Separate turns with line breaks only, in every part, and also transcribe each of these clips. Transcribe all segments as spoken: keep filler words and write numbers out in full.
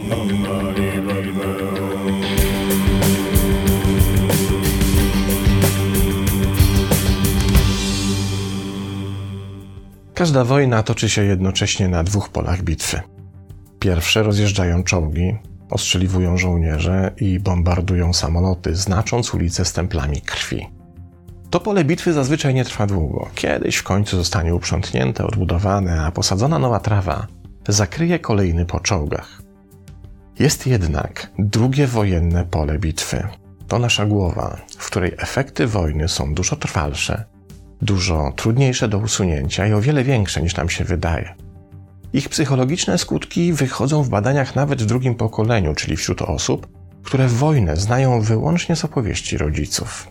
Każda wojna toczy się jednocześnie na dwóch polach bitwy. Pierwsze rozjeżdżają czołgi, ostrzeliwują żołnierze i bombardują samoloty, znacząc ulice stemplami krwi. To pole bitwy zazwyczaj nie trwa długo. Kiedyś w końcu zostanie uprzątnięte, odbudowane, a posadzona nowa trawa zakryje kolejny po czołgach. Jest jednak drugie wojenne pole bitwy. To nasza głowa, w której efekty wojny są dużo trwalsze, dużo trudniejsze do usunięcia i o wiele większe niż nam się wydaje. Ich psychologiczne skutki wychodzą w badaniach nawet w drugim pokoleniu, czyli wśród osób, które wojnę znają wyłącznie z opowieści rodziców.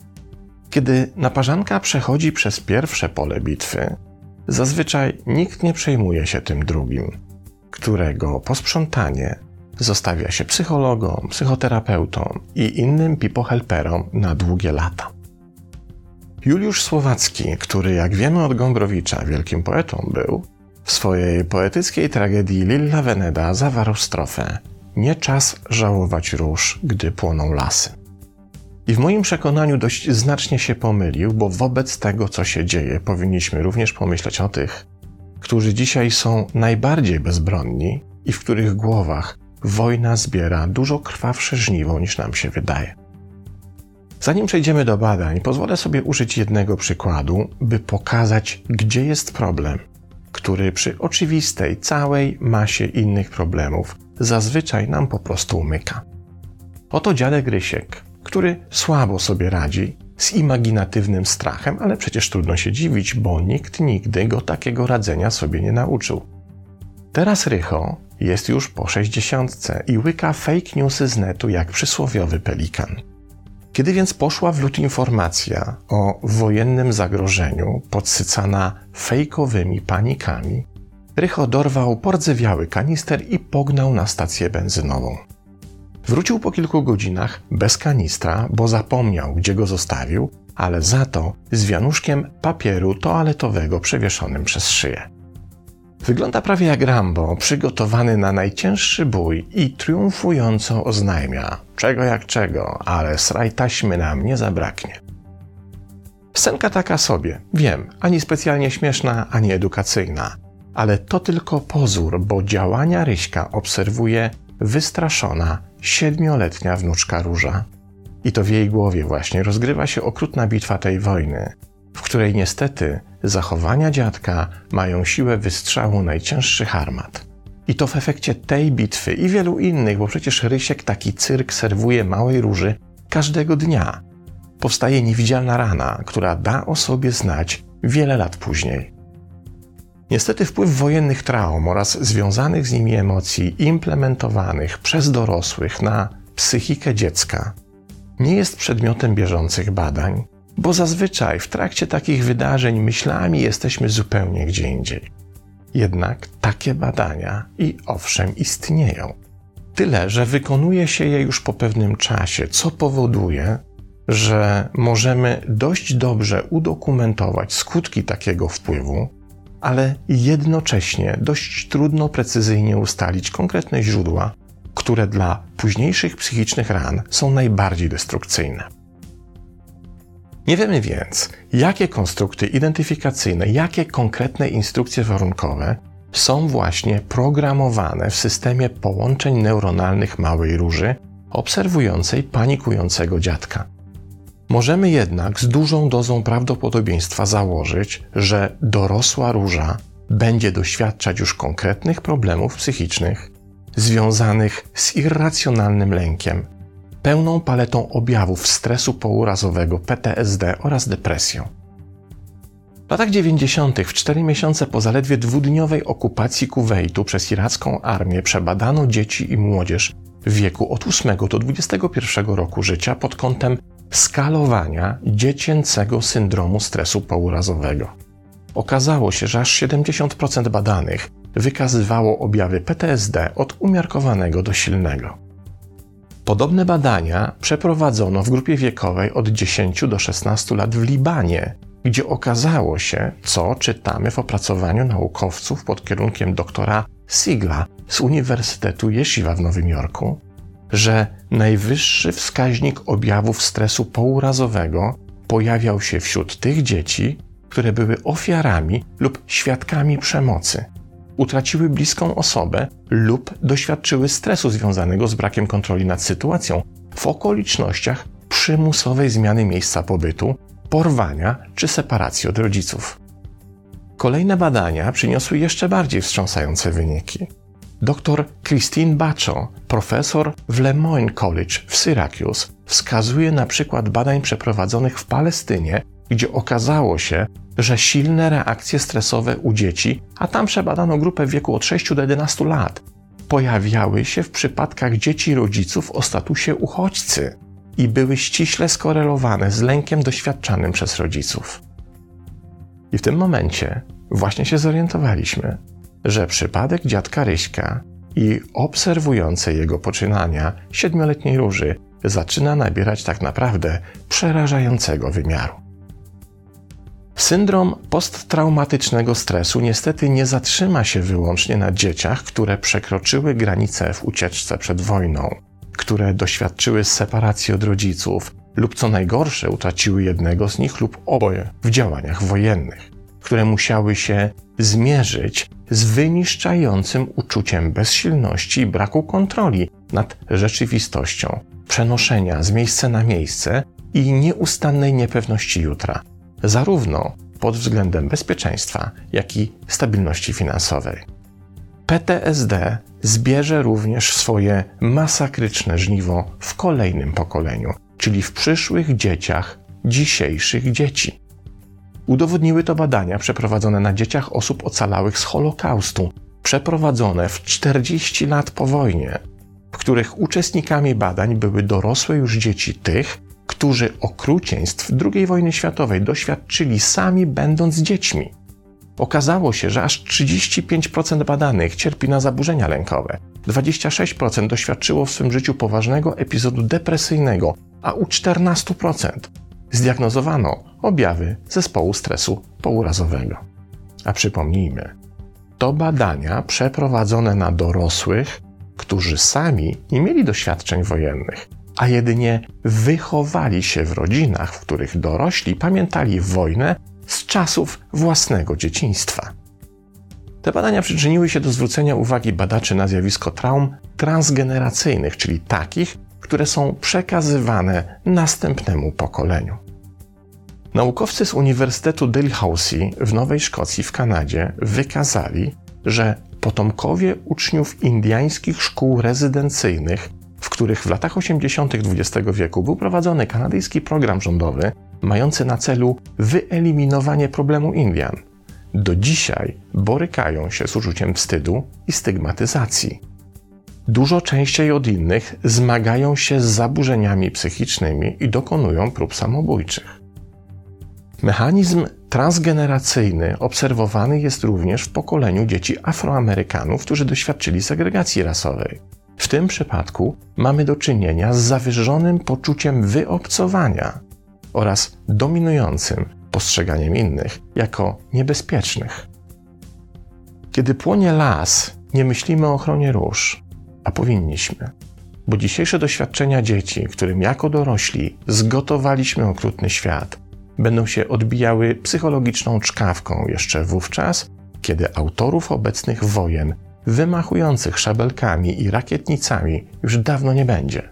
Kiedy naparzanka przechodzi przez pierwsze pole bitwy, zazwyczaj nikt nie przejmuje się tym drugim, którego posprzątanie zostawia się psychologom, psychoterapeutom i innym pipohelperom na długie lata. Juliusz Słowacki, który jak wiemy od Gombrowicza wielkim poetą był, w swojej poetyckiej tragedii Lilla Veneda zawarł strofę: nie czas żałować róż, gdy płoną lasy. I w moim przekonaniu dość znacznie się pomylił, bo wobec tego, co się dzieje, powinniśmy również pomyśleć o tych, którzy dzisiaj są najbardziej bezbronni i w których głowach wojna zbiera dużo krwawsze żniwo niż nam się wydaje. Zanim przejdziemy do badań, pozwolę sobie użyć jednego przykładu, by pokazać, gdzie jest problem, który przy oczywistej całej masie innych problemów zazwyczaj nam po prostu umyka. Oto dziadek Rysiek, który słabo sobie radzi z imaginatywnym strachem, ale przecież trudno się dziwić, bo nikt nigdy go takiego radzenia sobie nie nauczył. Teraz Rycho jest już po sześćdziesiątce i łyka fake newsy z netu jak przysłowiowy pelikan. Kiedy więc poszła w lód informacja o wojennym zagrożeniu podsycana fejkowymi panikami, Rycho dorwał pordzewiały kanister i pognał na stację benzynową. Wrócił po kilku godzinach bez kanistra, bo zapomniał, gdzie go zostawił, ale za to z wianuszkiem papieru toaletowego przewieszonym przez szyję. Wygląda prawie jak Rambo, przygotowany na najcięższy bój i triumfująco oznajmia: czego jak czego, ale sraj taśmy nam nie zabraknie. Scenka taka sobie, wiem, ani specjalnie śmieszna, ani edukacyjna, ale to tylko pozór, bo działania Ryśka obserwuje wystraszona, siedmioletnia wnuczka Róża. I to w jej głowie właśnie rozgrywa się okrutna bitwa tej wojny, w której niestety zachowania dziadka mają siłę wystrzału najcięższych armat. I to w efekcie tej bitwy i wielu innych, bo przecież Rysiek taki cyrk serwuje małej Róży każdego dnia. Powstaje niewidzialna rana, która da o sobie znać wiele lat później. Niestety wpływ wojennych traum oraz związanych z nimi emocji implementowanych przez dorosłych na psychikę dziecka nie jest przedmiotem bieżących badań, bo zazwyczaj w trakcie takich wydarzeń myślami jesteśmy zupełnie gdzie indziej. Jednak takie badania i owszem istnieją. Tyle, że wykonuje się je już po pewnym czasie, co powoduje, że możemy dość dobrze udokumentować skutki takiego wpływu, ale jednocześnie dość trudno precyzyjnie ustalić konkretne źródła, które dla późniejszych psychicznych ran są najbardziej destrukcyjne. Nie wiemy więc, jakie konstrukty identyfikacyjne, jakie konkretne instrukcje warunkowe są właśnie programowane w systemie połączeń neuronalnych małej Róży obserwującej panikującego dziadka. Możemy jednak z dużą dozą prawdopodobieństwa założyć, że dorosła Róża będzie doświadczać już konkretnych problemów psychicznych związanych z irracjonalnym lękiem, pełną paletą objawów stresu pourazowego, P T S D oraz depresją. W latach dziewięćdziesiątych, w cztery miesiące po zaledwie dwudniowej okupacji Kuwejtu przez iracką armię przebadano dzieci i młodzież w wieku od ósmego do dwudziestego pierwszego roku życia pod kątem skalowania dziecięcego syndromu stresu pourazowego. Okazało się, że aż siedemdziesiąt procent badanych wykazywało objawy P T S D od umiarkowanego do silnego. Podobne badania przeprowadzono w grupie wiekowej od dziesięciu do szesnastu lat w Libanie, gdzie okazało się, co czytamy w opracowaniu naukowców pod kierunkiem doktora Sigla z Uniwersytetu Yeshiva w Nowym Jorku, że najwyższy wskaźnik objawów stresu pourazowego pojawiał się wśród tych dzieci, które były ofiarami lub świadkami przemocy, utraciły bliską osobę lub doświadczyły stresu związanego z brakiem kontroli nad sytuacją w okolicznościach przymusowej zmiany miejsca pobytu, porwania czy separacji od rodziców. Kolejne badania przyniosły jeszcze bardziej wstrząsające wyniki. Dr Christine Bacho, profesor w Le Moyne College w Syracuse, wskazuje na przykład badań przeprowadzonych w Palestynie, gdzie okazało się, że silne reakcje stresowe u dzieci, a tam przebadano grupę w wieku od sześciu do jedenastu lat, pojawiały się w przypadkach dzieci rodziców o statusie uchodźcy i były ściśle skorelowane z lękiem doświadczanym przez rodziców. I w tym momencie właśnie się zorientowaliśmy, że przypadek dziadka Ryśka i obserwującej jego poczynania siedmioletniej Róży zaczyna nabierać tak naprawdę przerażającego wymiaru. Syndrom posttraumatycznego stresu niestety nie zatrzyma się wyłącznie na dzieciach, które przekroczyły granice w ucieczce przed wojną, które doświadczyły separacji od rodziców lub co najgorsze utraciły jednego z nich lub oboje w działaniach wojennych, które musiały się zmierzyć z wyniszczającym uczuciem bezsilności i braku kontroli nad rzeczywistością, przenoszenia z miejsca na miejsce i nieustannej niepewności jutra, zarówno pod względem bezpieczeństwa, jak i stabilności finansowej. P T S D zbierze również swoje masakryczne żniwo w kolejnym pokoleniu, czyli w przyszłych dzieciach dzisiejszych dzieci. Udowodniły to badania przeprowadzone na dzieciach osób ocalałych z Holokaustu, przeprowadzone w czterdzieści lat po wojnie, w których uczestnikami badań były dorosłe już dzieci tych, którzy okrucieństw drugiej wojny światowej doświadczyli sami będąc dziećmi. Okazało się, że aż trzydzieści pięć procent badanych cierpi na zaburzenia lękowe, dwadzieścia sześć procent doświadczyło w swym życiu poważnego epizodu depresyjnego, a u czternaście procent zdiagnozowano objawy zespołu stresu pourazowego. A przypomnijmy, to badania przeprowadzone na dorosłych, którzy sami nie mieli doświadczeń wojennych, a jedynie wychowali się w rodzinach, w których dorośli pamiętali wojnę z czasów własnego dzieciństwa. Te badania przyczyniły się do zwrócenia uwagi badaczy na zjawisko traum transgeneracyjnych, czyli takich, które są przekazywane następnemu pokoleniu. Naukowcy z Uniwersytetu Dalhousie w Nowej Szkocji w Kanadzie wykazali, że potomkowie uczniów indyjskich szkół rezydencyjnych, w których w latach osiemdziesiątych dwudziestego wieku był prowadzony kanadyjski program rządowy mający na celu wyeliminowanie problemu Indian, do dzisiaj borykają się z uczuciem wstydu i stygmatyzacji. Dużo częściej od innych zmagają się z zaburzeniami psychicznymi i dokonują prób samobójczych. Mechanizm transgeneracyjny obserwowany jest również w pokoleniu dzieci Afroamerykanów, którzy doświadczyli segregacji rasowej. W tym przypadku mamy do czynienia z zawyżonym poczuciem wyobcowania oraz dominującym postrzeganiem innych jako niebezpiecznych. Kiedy płonie las, nie myślimy o ochronie róż, a powinniśmy, bo dzisiejsze doświadczenia dzieci, którym jako dorośli zgotowaliśmy okrutny świat, będą się odbijały psychologiczną czkawką jeszcze wówczas, kiedy autorów obecnych wojen, wymachujących szabelkami i rakietnicami, już dawno nie będzie.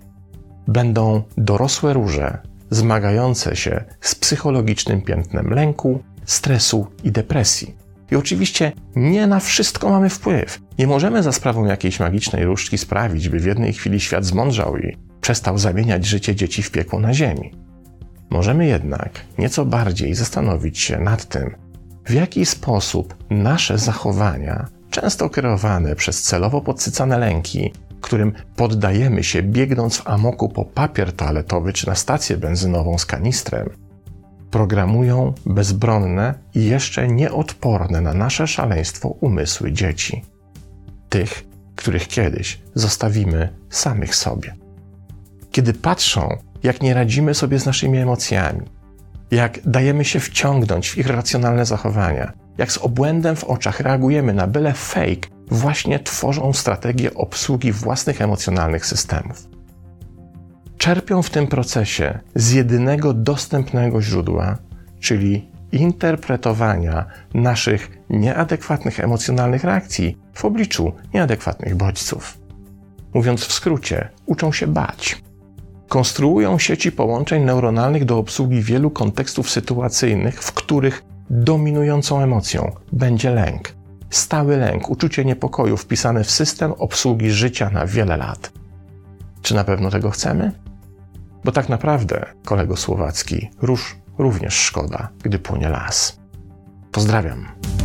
Będą dorosłe róże, zmagające się z psychologicznym piętnem lęku, stresu i depresji. I oczywiście nie na wszystko mamy wpływ. Nie możemy za sprawą jakiejś magicznej różdżki sprawić, by w jednej chwili świat zmądrzał i przestał zamieniać życie dzieci w piekło na ziemi. Możemy jednak nieco bardziej zastanowić się nad tym, w jaki sposób nasze zachowania, często kierowane przez celowo podsycane lęki, którym poddajemy się biegnąc w amoku po papier toaletowy czy na stację benzynową z kanistrem, programują bezbronne i jeszcze nieodporne na nasze szaleństwo umysły dzieci. Tych, których kiedyś zostawimy samych sobie. Kiedy patrzą, jak nie radzimy sobie z naszymi emocjami, jak dajemy się wciągnąć w irracjonalne zachowania, jak z obłędem w oczach reagujemy na byle fake właśnie tworzą strategię obsługi własnych emocjonalnych systemów. Czerpią w tym procesie z jedynego dostępnego źródła, czyli interpretowania naszych nieadekwatnych emocjonalnych reakcji w obliczu nieadekwatnych bodźców. Mówiąc w skrócie, uczą się bać. Konstruują sieci połączeń neuronalnych do obsługi wielu kontekstów sytuacyjnych, w których dominującą emocją będzie lęk. Stały lęk, uczucie niepokoju wpisane w system obsługi życia na wiele lat. Czy na pewno tego chcemy? Bo tak naprawdę, kolego Słowacki, róż również szkoda, gdy płonie las. Pozdrawiam.